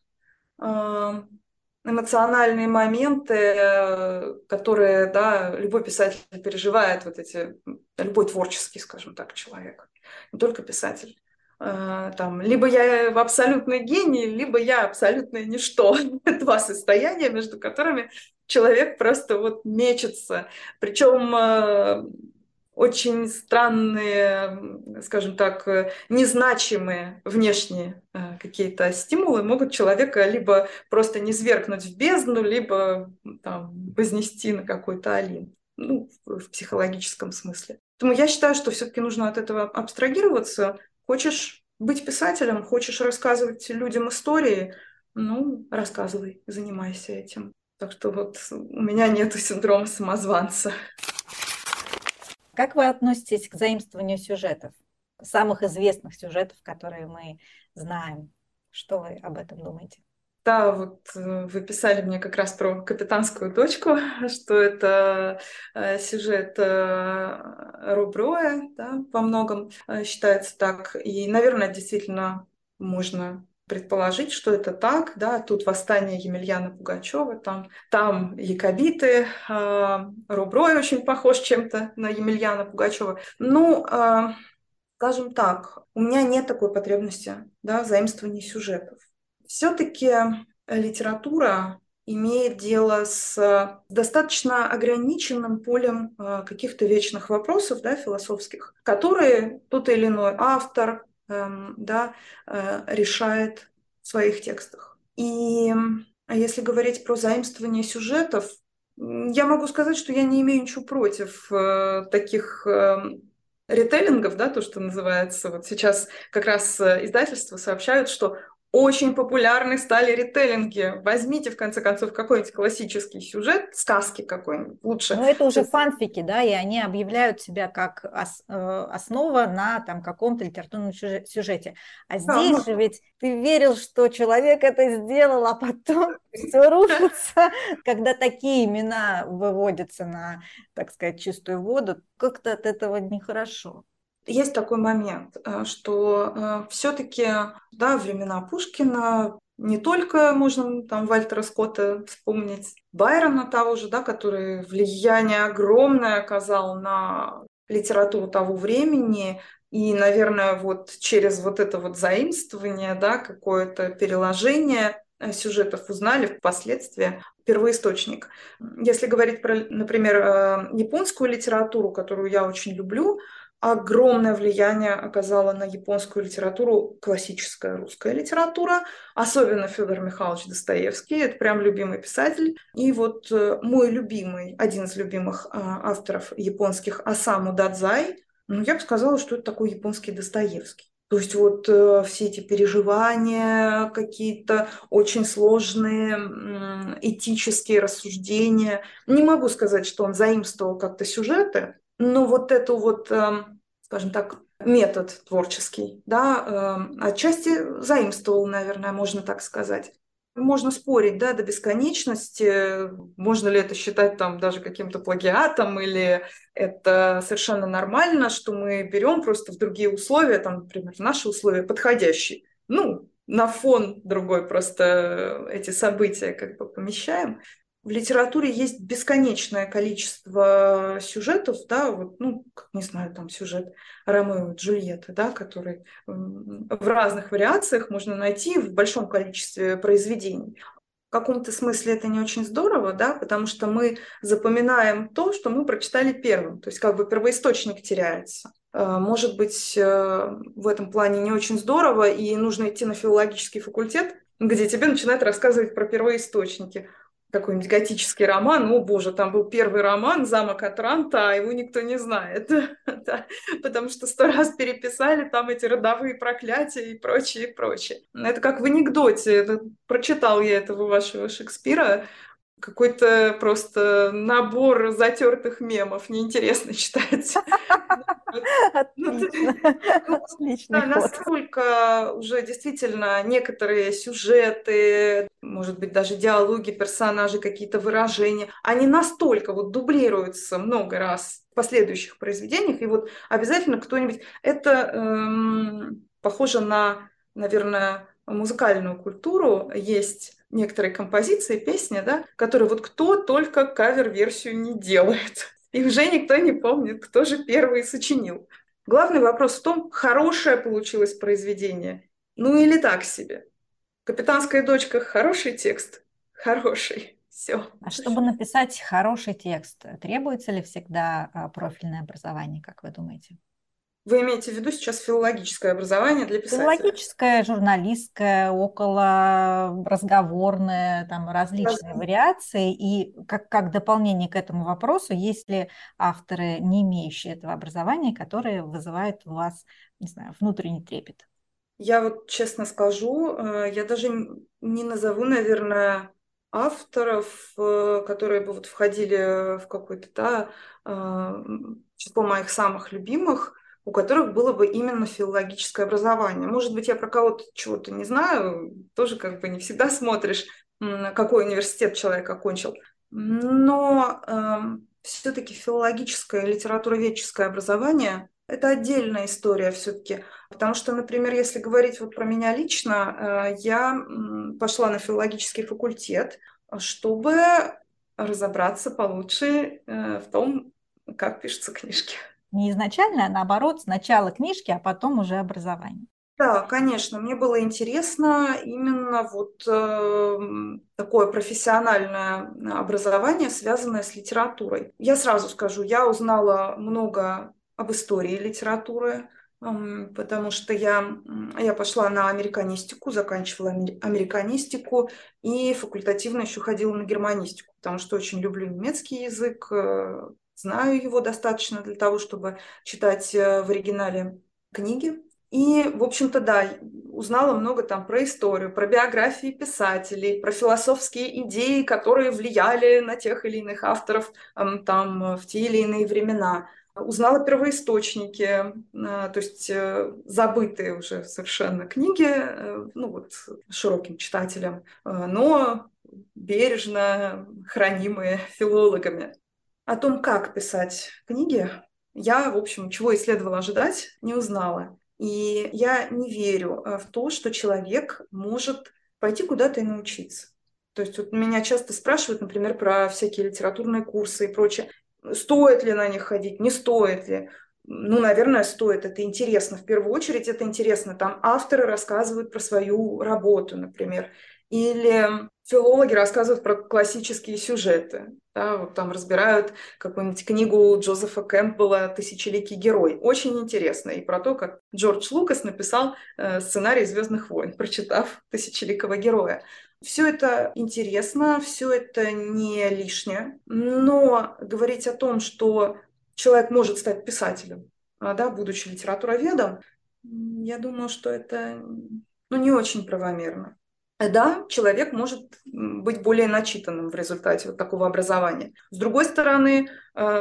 эмоциональные моменты, которые, да, любой писатель переживает, вот эти, любой творческий, скажем так, человек, не только писатель. Там, либо я абсолютный гений, либо я абсолютное ничто. Два состояния, между которыми человек просто вот мечется. Причем очень странные, скажем так, незначимые внешние какие-то стимулы могут человека либо просто низвергнуть в бездну, либо там, вознести на какой-то олимп, ну, в психологическом смысле. Поэтому я считаю, что все-таки нужно от этого абстрагироваться. Хочешь быть писателем, хочешь рассказывать людям истории, ну, рассказывай, занимайся этим. Так что вот у меня нету синдрома самозванца. Как вы относитесь к заимствованию сюжетов, самых известных сюжетов, которые мы знаем? Что вы об этом думаете? Да, вот вы писали мне как раз про «Капитанскую дочку», что это сюжет Роб Роя, да, во многом считается так. И, наверное, действительно можно предположить, что это так, да, тут восстание Емельяна Пугачева, там якобиты, Роб Рой очень похож чем-то на Емельяна Пугачева. Ну, скажем так, у меня нет такой потребности, да, в заимствовании сюжетов. Все-таки литература имеет дело с достаточно ограниченным полем каких-то вечных вопросов, да, философских, которые тот или иной автор да, решает в своих текстах. И если говорить про заимствование сюжетов, я могу сказать, что я не имею ничего против таких ретейлингов, да, то, что называется. Вот сейчас как раз издательства сообщают, что очень популярны стали ретейлинги. Возьмите, в конце концов, какой-нибудь классический сюжет, сказки какой-нибудь, лучше. Но это уже фанфики, да, и они объявляют себя как основа на там каком-то литературном сюжете. А здесь же ведь ты верил, что человек это сделал, а потом все рушится, когда такие имена выводятся на, так сказать, чистую воду, как-то от этого нехорошо. Есть такой момент, что все-таки, да, времена Пушкина, не только можно там Вальтера Скотта вспомнить, Байрона того же, да, который влияние огромное оказал на литературу того времени, и, наверное, вот через вот это вот заимствование, да, какое-то переложение сюжетов узнали впоследствии первоисточник. Если говорить про, например, японскую литературу, которую я очень люблю, огромное влияние оказала на японскую литературу классическая русская литература, особенно Федор Михайлович Достоевский, это прям любимый писатель. И вот мой любимый, один из любимых авторов японских Осаму Дадзай, ну, я бы сказала, что это такой японский Достоевский. То есть вот все эти переживания, какие-то очень сложные этические рассуждения. Не могу сказать, что он заимствовал как-то сюжеты, но вот эту вот, скажем так, метод творческий, да, отчасти заимствовал, наверное, можно так сказать. Можно спорить, да, до бесконечности, можно ли это считать там даже каким-то плагиатом, или это совершенно нормально, что мы берем просто в другие условия, там, например, в наши условия подходящие. Ну, на фон другой просто эти события как бы помещаем. В литературе есть бесконечное количество сюжетов, да, вот, ну, как, не знаю, там сюжет Ромео и Джульетты, да, который в разных вариациях можно найти в большом количестве произведений. В каком-то смысле это не очень здорово, да, потому что мы запоминаем то, что мы прочитали первым, то есть как бы первоисточник теряется. Может быть, в этом плане не очень здорово, и нужно идти на филологический факультет, где тебе начинают рассказывать про первоисточники. Какой-нибудь готический роман, о боже, там был первый роман «Замок Атранта», а его никто не знает, да, потому что 100 раз переписали там эти родовые проклятия и прочее, и прочее. Это как в анекдоте, прочитал я этого вашего Шекспира, какой-то просто набор затертых мемов, неинтересно читать. Отлично. Отличный Да, ход. настолько уже действительно некоторые сюжеты, может быть, даже диалоги персонажей, какие-то выражения, они настолько вот дублируются много раз в последующих произведениях, и вот обязательно кто-нибудь... Это похоже на, наверное, музыкальную культуру. Есть некоторые композиции, песни, да, которые вот кто только кавер-версию не делает. И уже никто не помнит, кто же первый сочинил. Главный вопрос в том, хорошее получилось произведение, ну или так себе. «Капитанская дочка» — хороший текст? Хороший. Все. А чтобы написать хороший текст, требуется ли всегда профильное образование, как вы думаете? Вы имеете в виду сейчас филологическое образование для писателя? Филологическое, журналистское, около разговорное, там различные вариации. И как дополнение к этому вопросу, есть ли авторы, не имеющие этого образования, которые вызывают у вас, не знаю, внутренний трепет? Я вот честно скажу, я даже не назову, наверное, авторов, которые бы вот входили в какое-то, да, число моих самых любимых, у которых было бы именно филологическое образование. Может быть, я про кого-то чего-то не знаю, тоже как бы не всегда смотришь, какой университет человек окончил. Но все-таки филологическое, литературоведческое образование — это отдельная история все-таки. Потому что, например, если говорить вот про меня лично, я пошла на филологический факультет, чтобы разобраться получше в том, как пишутся книжки. Не изначально, а наоборот, сначала книжки, а потом уже образование. Да, конечно, мне было интересно именно вот такое профессиональное образование, связанное с литературой. Я сразу скажу, я узнала много об истории литературы, потому что я пошла на американистику, заканчивала американистику и факультативно еще ходила на германистику, потому что очень люблю немецкий язык, знаю его достаточно для того, чтобы читать в оригинале книги. И, в общем-то, да, узнала много там про историю, про биографии писателей, про философские идеи, которые влияли на тех или иных авторов там в те или иные времена. Узнала первоисточники, то есть забытые уже совершенно книги, ну вот широким читателям, но бережно хранимые филологами. О том, как писать книги, я, в общем, чего и следовало ожидать, не узнала. И я не верю в то, что человек может пойти куда-то и научиться. То есть вот меня часто спрашивают, например, про всякие литературные курсы и прочее. Стоит ли на них ходить, не стоит ли? Ну, наверное, стоит. Это интересно. В первую очередь это интересно. Там авторы рассказывают про свою работу, например. Или филологи рассказывают про классические сюжеты. Да, вот там разбирают какую-нибудь книгу Джозефа Кэмпбелла «Тысячеликий герой». Очень интересно. И про то, как Джордж Лукас написал сценарий «Звездных войн», прочитав «Тысячеликого героя». Все это интересно, все это не лишнее. Но говорить о том, что человек может стать писателем, да, будучи литературоведом, я думаю, что это не очень правомерно. Да, человек может быть более начитанным в результате вот такого образования. С другой стороны,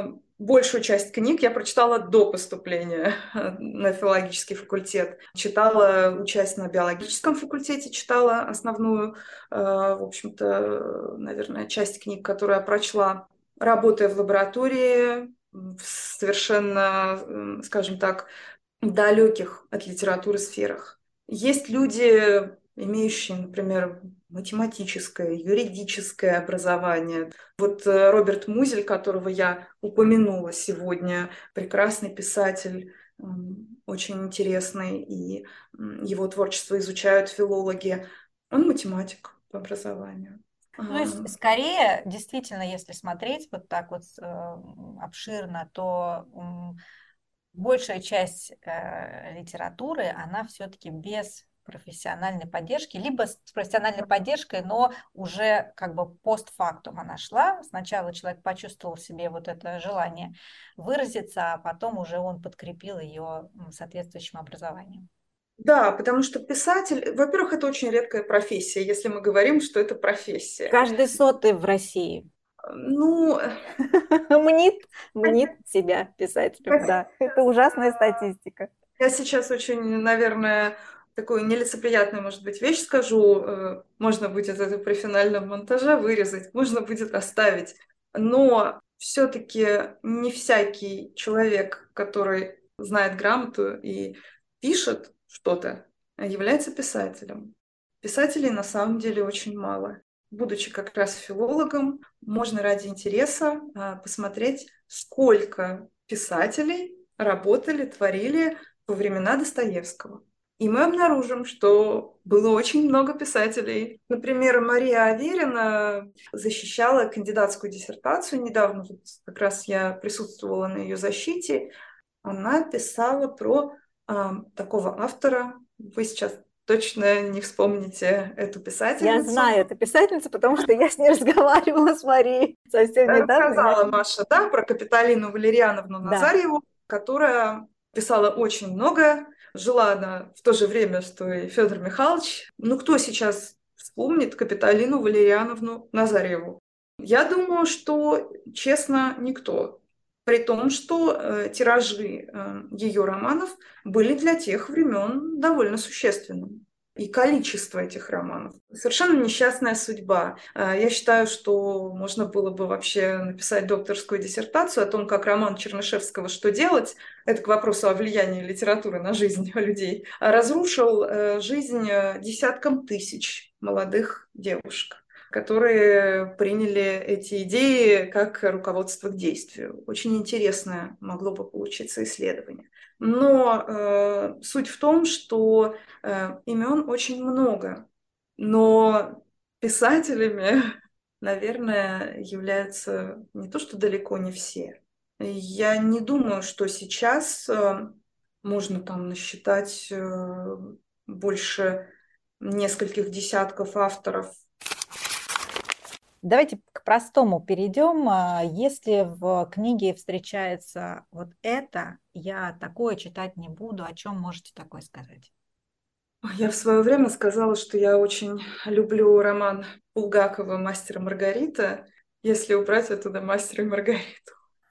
большую часть книг я прочитала до поступления на филологический факультет. Читала, учась на биологическом факультете, читала основную, в общем-то, наверное, часть книг, которую я прочла, работая в лаборатории, в совершенно, скажем так, далеких от литературы сферах. Есть люди, имеющие, например, математическое, юридическое образование. Вот Роберт Музель, которого я упомянула сегодня, прекрасный писатель, очень интересный, и его творчество изучают филологи. Он математик по образованию. Ну, то есть, скорее, действительно, если смотреть вот так вот обширно, то большая часть литературы, она все-таки без профессиональной поддержки, либо с профессиональной поддержкой, но уже как бы постфактум она шла. Сначала человек почувствовал в себе вот это желание выразиться, а потом уже он подкрепил ее соответствующим образованием. Да, потому что писатель, во-первых, это очень редкая профессия, если мы говорим, что это профессия. Каждый сотый в России. Ну, мнит себя писателем, да. Это ужасная статистика. я сейчас очень, наверное, такую нелицеприятную, может быть, вещь скажу. Можно будет это при финальном монтаже вырезать, можно будет оставить. Но все-таки не всякий человек, который знает грамоту и пишет что-то, является писателем. Писателей на самом деле очень мало. Будучи как раз филологом, можно ради интереса посмотреть, сколько писателей работали, творили во времена Достоевского. И мы обнаружим, что было очень много писателей. Например, Мария Аверина защищала кандидатскую диссертацию недавно, вот как раз я присутствовала на ее защите. Она писала про такого автора. Вы сейчас точно не вспомните эту писательницу. Я знаю эту писательницу, потому что я с ней разговаривала с Марией совсем недавно. Рассказала Маша, да, про Капитолину Валерьяновну Назарьеву, которая писала очень много. Жила она в то же время, что и Федор Михайлович. Ну, кто сейчас вспомнит Капитолину Валерьяновну Назарьеву? Я думаю, что, честно, никто. При том, что тиражи ее романов были для тех времен довольно существенными. И количество этих романов. Совершенно несчастная судьба. Я считаю, что можно было бы вообще написать докторскую диссертацию о том, как роман Чернышевского «Что делать?» это к вопросу о влиянии литературы на жизнь людей. Разрушил жизнь десяткам тысяч молодых девушек, которые приняли эти идеи как руководство к действию. Очень интересное могло бы получиться исследование. Но суть в том, что имен очень много, но писателями, наверное, являются не то что далеко не все. Я не думаю, что сейчас можно там насчитать больше нескольких десятков авторов. Давайте к простому перейдем. Если в книге встречается вот это, я такое читать не буду, о чем можете такое сказать? Я в свое время сказала, что я очень люблю роман Булгакова «Мастер и Маргарита», если убрать оттуда «Мастера и Маргариту».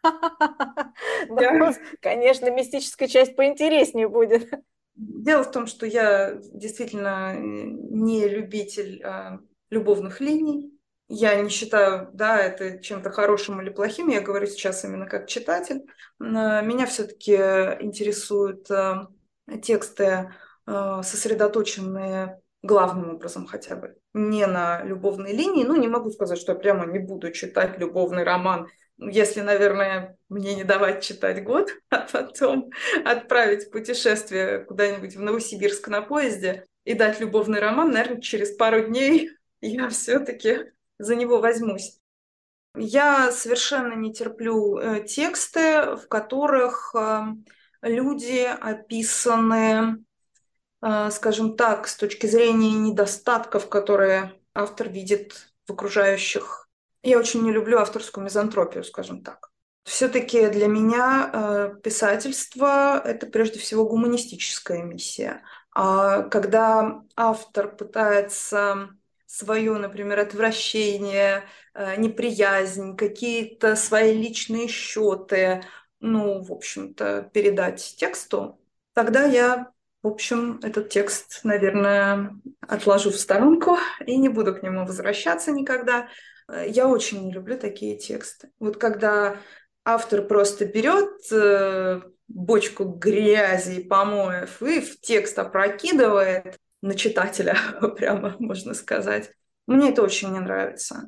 Конечно, мистическая часть поинтереснее будет. Дело в том, что я действительно не любитель любовных линий. Я не считаю, да, это чем-то хорошим или плохим. Я говорю сейчас именно как читатель. Меня все-таки интересуют тексты, сосредоточенные главным образом хотя бы не на любовной линии. Ну, не могу сказать, что я прямо не буду читать любовный роман, если, наверное, мне не давать читать год, а потом отправить в путешествие куда-нибудь в Новосибирск на поезде и дать любовный роман, наверное, через пару дней я все-таки за него возьмусь. Я совершенно не терплю тексты, в которых люди описаны, скажем так, с точки зрения недостатков, которые автор видит в окружающих. Я очень не люблю авторскую мизантропию, скажем так. Все-таки для меня писательство – это прежде всего гуманистическая миссия. А когда автор пытается свое, например, отвращение, неприязнь, какие-то свои личные счеты, ну, в общем-то, передать тексту, тогда я, в общем, этот текст, наверное, отложу в сторонку и не буду к нему возвращаться никогда. Я очень не люблю такие тексты. Вот когда автор просто берет бочку грязи и помоев и в текст опрокидывает на читателя, прямо можно сказать. Мне это очень не нравится.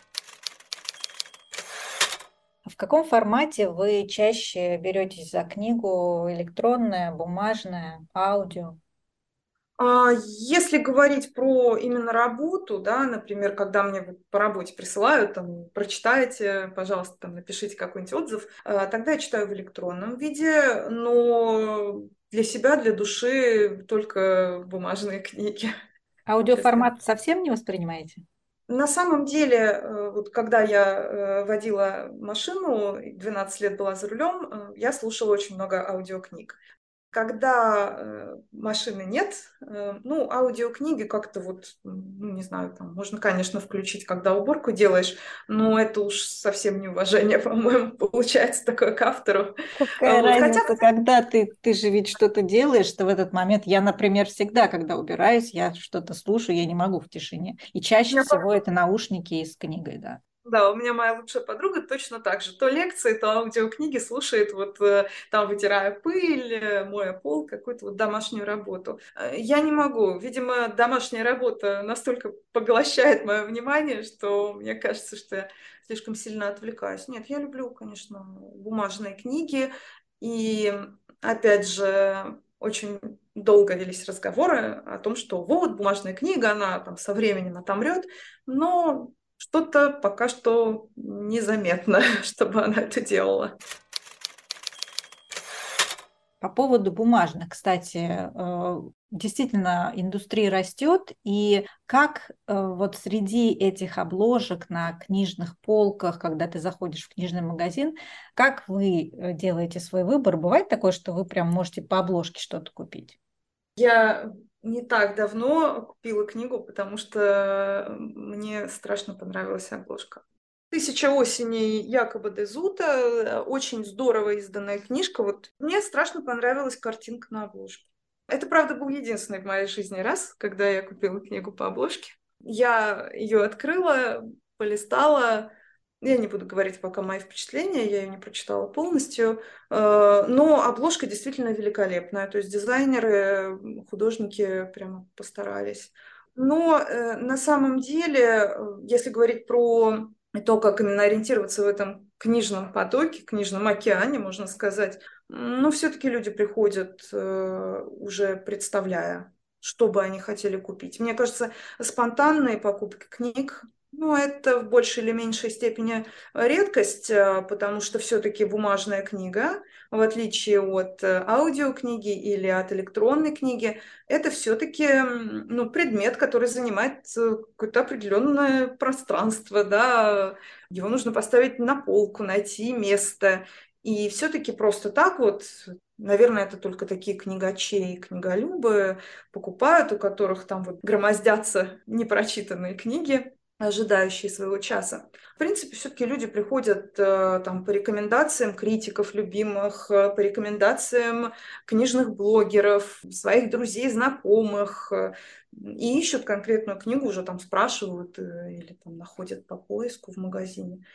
В каком формате вы чаще беретесь за книгу? Электронная, бумажная, аудио? Если говорить про именно работу, да, например, когда мне по работе присылают, там, прочитайте, пожалуйста, там, напишите какой-нибудь отзыв, тогда я читаю в электронном виде, но для себя, для души только бумажные книги. Аудиоформат совсем не воспринимаете? На самом деле, вот когда я водила машину, 12 лет была за рулем, я слушала очень много аудиокниг. Когда машины нет, ну, аудиокниги как-то вот, ну, не знаю, там можно, конечно, включить, когда уборку делаешь, но это уж совсем неуважение, по-моему, получается такое к автору. Какая Вот. Хотя, разница, когда ты же ведь что-то делаешь, что в этот момент я, например, всегда, когда убираюсь, я что-то слушаю, я не могу в тишине. И чаще всего это наушники с книгой, да. да, у меня моя лучшая подруга точно так же. То лекции, то аудиокниги слушает, вот там вытирая пыль, моя пол, какую-то вот домашнюю работу. Я не могу. Видимо, домашняя работа настолько поглощает мое внимание, что мне кажется, что я слишком сильно отвлекаюсь. Нет, я люблю, конечно, бумажные книги. И, опять же, очень долго велись разговоры о том, что вот бумажная книга, она там со временем отомрет, но что-то пока что незаметно, чтобы она это делала. По поводу бумажных, кстати, действительно индустрия растет, и как вот среди этих обложек на книжных полках, когда ты заходишь в книжный магазин, как вы делаете свой выбор? Бывает такое, что вы прям можете по обложке что-то купить? Я не так давно купила книгу, потому что мне страшно понравилась обложка. «Тысяча осеней» Якоба де Зута, очень здорово изданная книжка. Вот мне страшно понравилась картинка на обложке. Это, правда, был единственный в моей жизни раз, когда я купила книгу по обложке. Я ее открыла, полистала. Я не буду говорить пока мои впечатления, я ее не прочитала полностью. Но обложка действительно великолепная. То есть дизайнеры, художники прямо постарались. Но на самом деле, если говорить про то, как именно ориентироваться в этом книжном потоке, книжном океане, можно сказать, но все-таки люди приходят уже представляя, что бы они хотели купить. Мне кажется, спонтанные покупки книг, ну, это в большей или меньшей степени редкость, потому что все-таки бумажная книга, в отличие от аудиокниги или от электронной книги, это все-таки ну, предмет, который занимает какое-то определенное пространство, да, его нужно поставить на полку, найти место. И все-таки просто так вот, наверное, это только такие книгачи и книголюбы покупают, у которых там вот громоздятся непрочитанные книги, ожидающие своего часа. В принципе, все-таки люди приходят там, по рекомендациям критиков любимых, по рекомендациям книжных блогеров, своих друзей, знакомых, и ищут конкретную книгу, уже там спрашивают или там находят по поиску в магазине.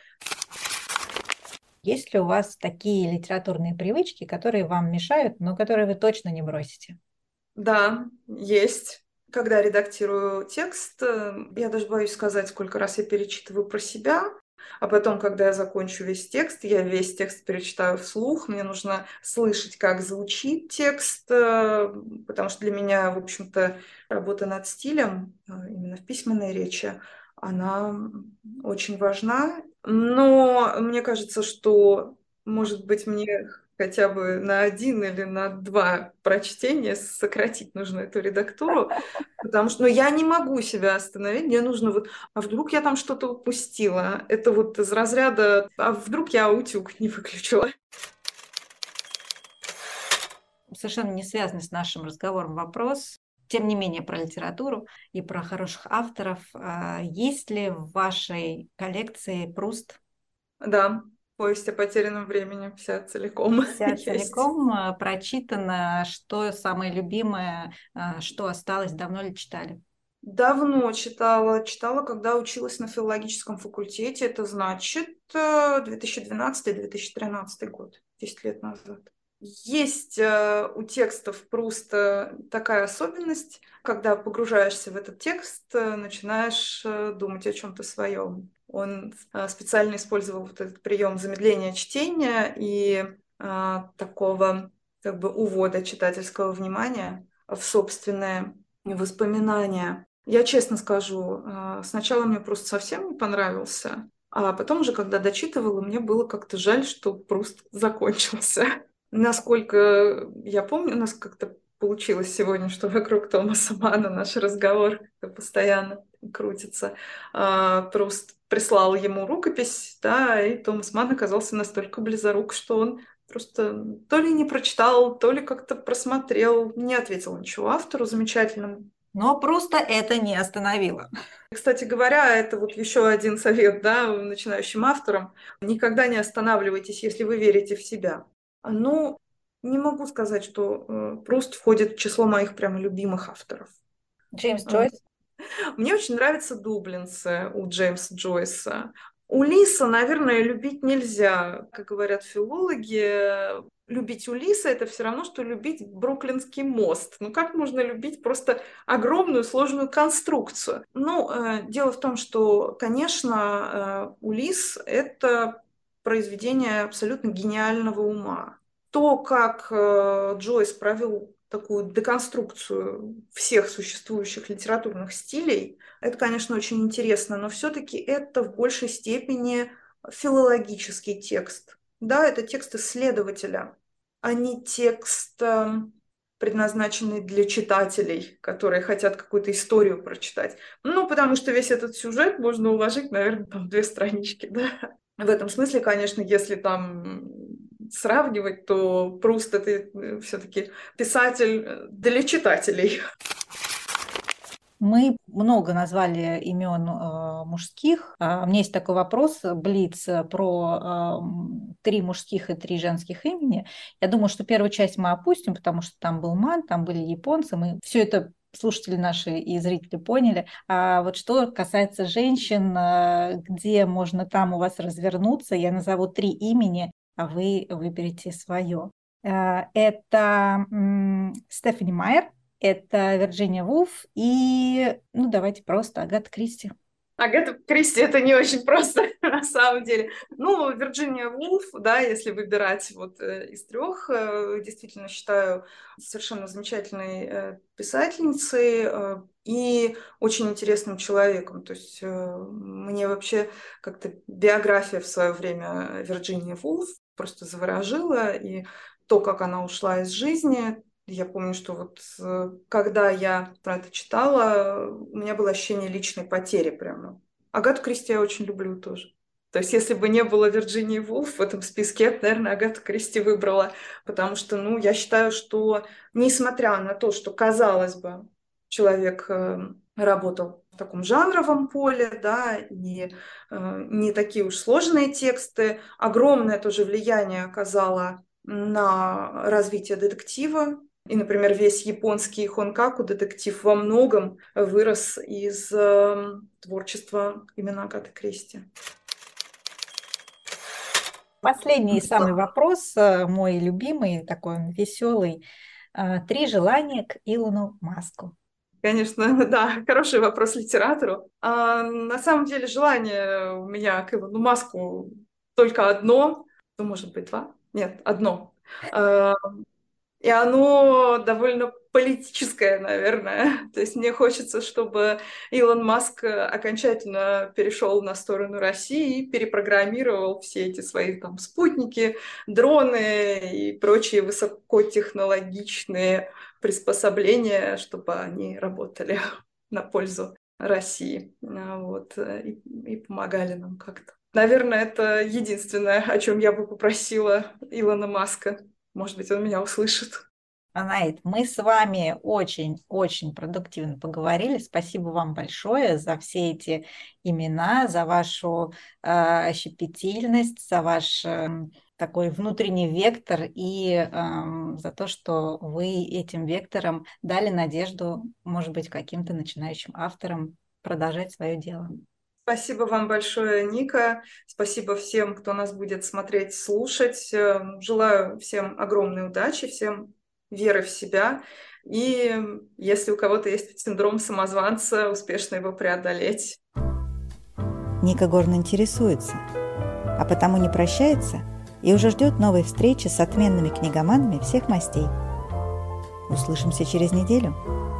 Есть ли у вас такие литературные привычки, которые вам мешают, но которые вы точно не бросите? Да, есть. Когда редактирую текст, я даже боюсь сказать, сколько раз я перечитываю про себя, а потом, когда я закончу весь текст, я весь текст перечитаю вслух, мне нужно слышать, как звучит текст, потому что для меня, в общем-то, работа над стилем, именно в письменной речи, она очень важна, но мне кажется, что, может быть, мне хотя бы на 1 или на 2 прочтения сократить нужно эту редактуру, потому что я не могу себя остановить, мне нужно вот, а вдруг я там что-то упустила? Это вот из разряда, а вдруг я утюг не выключила? Совершенно не связанный с нашим разговором вопрос. тем не менее про литературу и про хороших авторов. Есть ли в вашей коллекции Пруст? Да, повесть о потерянном времени вся целиком Вся есть. целиком прочитана? Что самое любимое? Что осталось? Давно ли читали? Давно читала. Читала, когда училась на филологическом факультете. Это значит 2012-2013 год, 10 лет назад. Есть у текстов просто такая особенность, когда погружаешься в этот текст, начинаешь думать о чем-то своем. Он специально использовал вот этот прием замедления чтения и такого как бы увода читательского внимания в собственные воспоминания. Я честно скажу, сначала мне просто совсем не понравился, а потом уже, когда дочитывала, мне было как-то жаль, что Пруст закончился. Насколько я помню, у нас как-то получилось сегодня, что вокруг Томаса Манна наш разговор постоянно крутится. Пруст прислал ему рукопись, да, и Томас Манн оказался настолько близорук, что он просто то ли не прочитал, то ли как-то просмотрел, не ответил ничего автору замечательному. Но просто это не остановило. Кстати говоря, это вот еще один совет, да, начинающим авторам. Никогда не останавливайтесь, если вы верите в себя. Ну, не могу сказать, что Пруст входит в число моих прямо любимых авторов. Джеймс Джойс? Мне очень нравятся дублинцы у Джеймса Джойса. Улисса, наверное, любить нельзя. Как говорят филологи, любить Улисса — это все равно, что любить Бруклинский мост. Ну, как можно любить просто огромную сложную конструкцию? Ну, дело в том, что, конечно, Улисс — это произведение абсолютно гениального ума. То, как Джойс провел такую деконструкцию всех существующих литературных стилей, это, конечно, очень интересно, но все-таки это в большей степени филологический текст. Да, это текст исследователя, а не текст, предназначенный для читателей, которые хотят какую-то историю прочитать. Ну, потому что весь этот сюжет можно уложить, наверное, там в 2 странички, да. В этом смысле, конечно, если там сравнивать, то Пруст — это все-таки писатель для читателей. Мы много назвали имен мужских. У меня есть такой вопрос, блиц, про 3 мужских и 3 женских имени. Я думаю, что первую часть мы опустим, потому что там был Ман, там были японцы. Мы все это слушатели наши и зрители поняли. А вот что касается женщин, где можно там у вас развернуться, я назову 3 имени, а вы выберете свое. Это Стефани Майер, это Вирджиния Вулф и, ну, давайте просто Агата Кристи. Агата Кристи — это не очень просто, на самом деле. Ну, Вирджиния Вулф, да, если выбирать вот из 3, действительно считаю совершенно замечательной писательницей и очень интересным человеком. То есть мне вообще как-то биография в свое время Вирджинии Вулф просто заворожила, и то, как она ушла из жизни. Я помню, что вот когда я про это читала, у меня было ощущение личной потери прямо. Агату Кристи я очень люблю тоже. То есть если бы не было Вирджинии Вулф в этом списке, я бы, наверное, Агату Кристи выбрала. Потому что, ну, я считаю, что несмотря на то, что, казалось бы, человек работал в таком жанровом поле, да, и не такие уж сложные тексты, огромное тоже влияние оказало на развитие детектива. И, например, весь японский хонкаку детектив во многом вырос из творчества именно Агаты Кристи. Последний самый вопрос, мой любимый, такой он веселый. 3 желания к Илону Маску. Конечно, да, хороший вопрос литератору. На самом деле желание у меня к Илону Маску только одно, ну, может быть, 2? Нет, одно. И оно довольно политическое, наверное. То есть мне хочется, чтобы Илон Маск окончательно перешел на сторону России и перепрограммировал все эти свои там спутники, дроны и прочие высокотехнологичные приспособления, чтобы они работали на пользу России, вот, и помогали нам как-то. Наверное, это единственное, о чем я бы попросила Илона Маска. Может быть, он меня услышит. Анаит, мы с вами очень-очень продуктивно поговорили. Спасибо вам большое за все эти имена, за вашу щепетильность, за ваш такой внутренний вектор и за то, что вы этим вектором дали надежду, может быть, каким-то начинающим авторам продолжать свое дело. Спасибо вам большое, Ника. Спасибо всем, кто нас будет смотреть, слушать. Желаю всем огромной удачи, всем веры в себя. И если у кого-то есть синдром самозванца, успешно его преодолеть. Ника Горн интересуется, а потому не прощается и уже ждет новой встречи с отменными книгоманами всех мастей. Услышимся через неделю.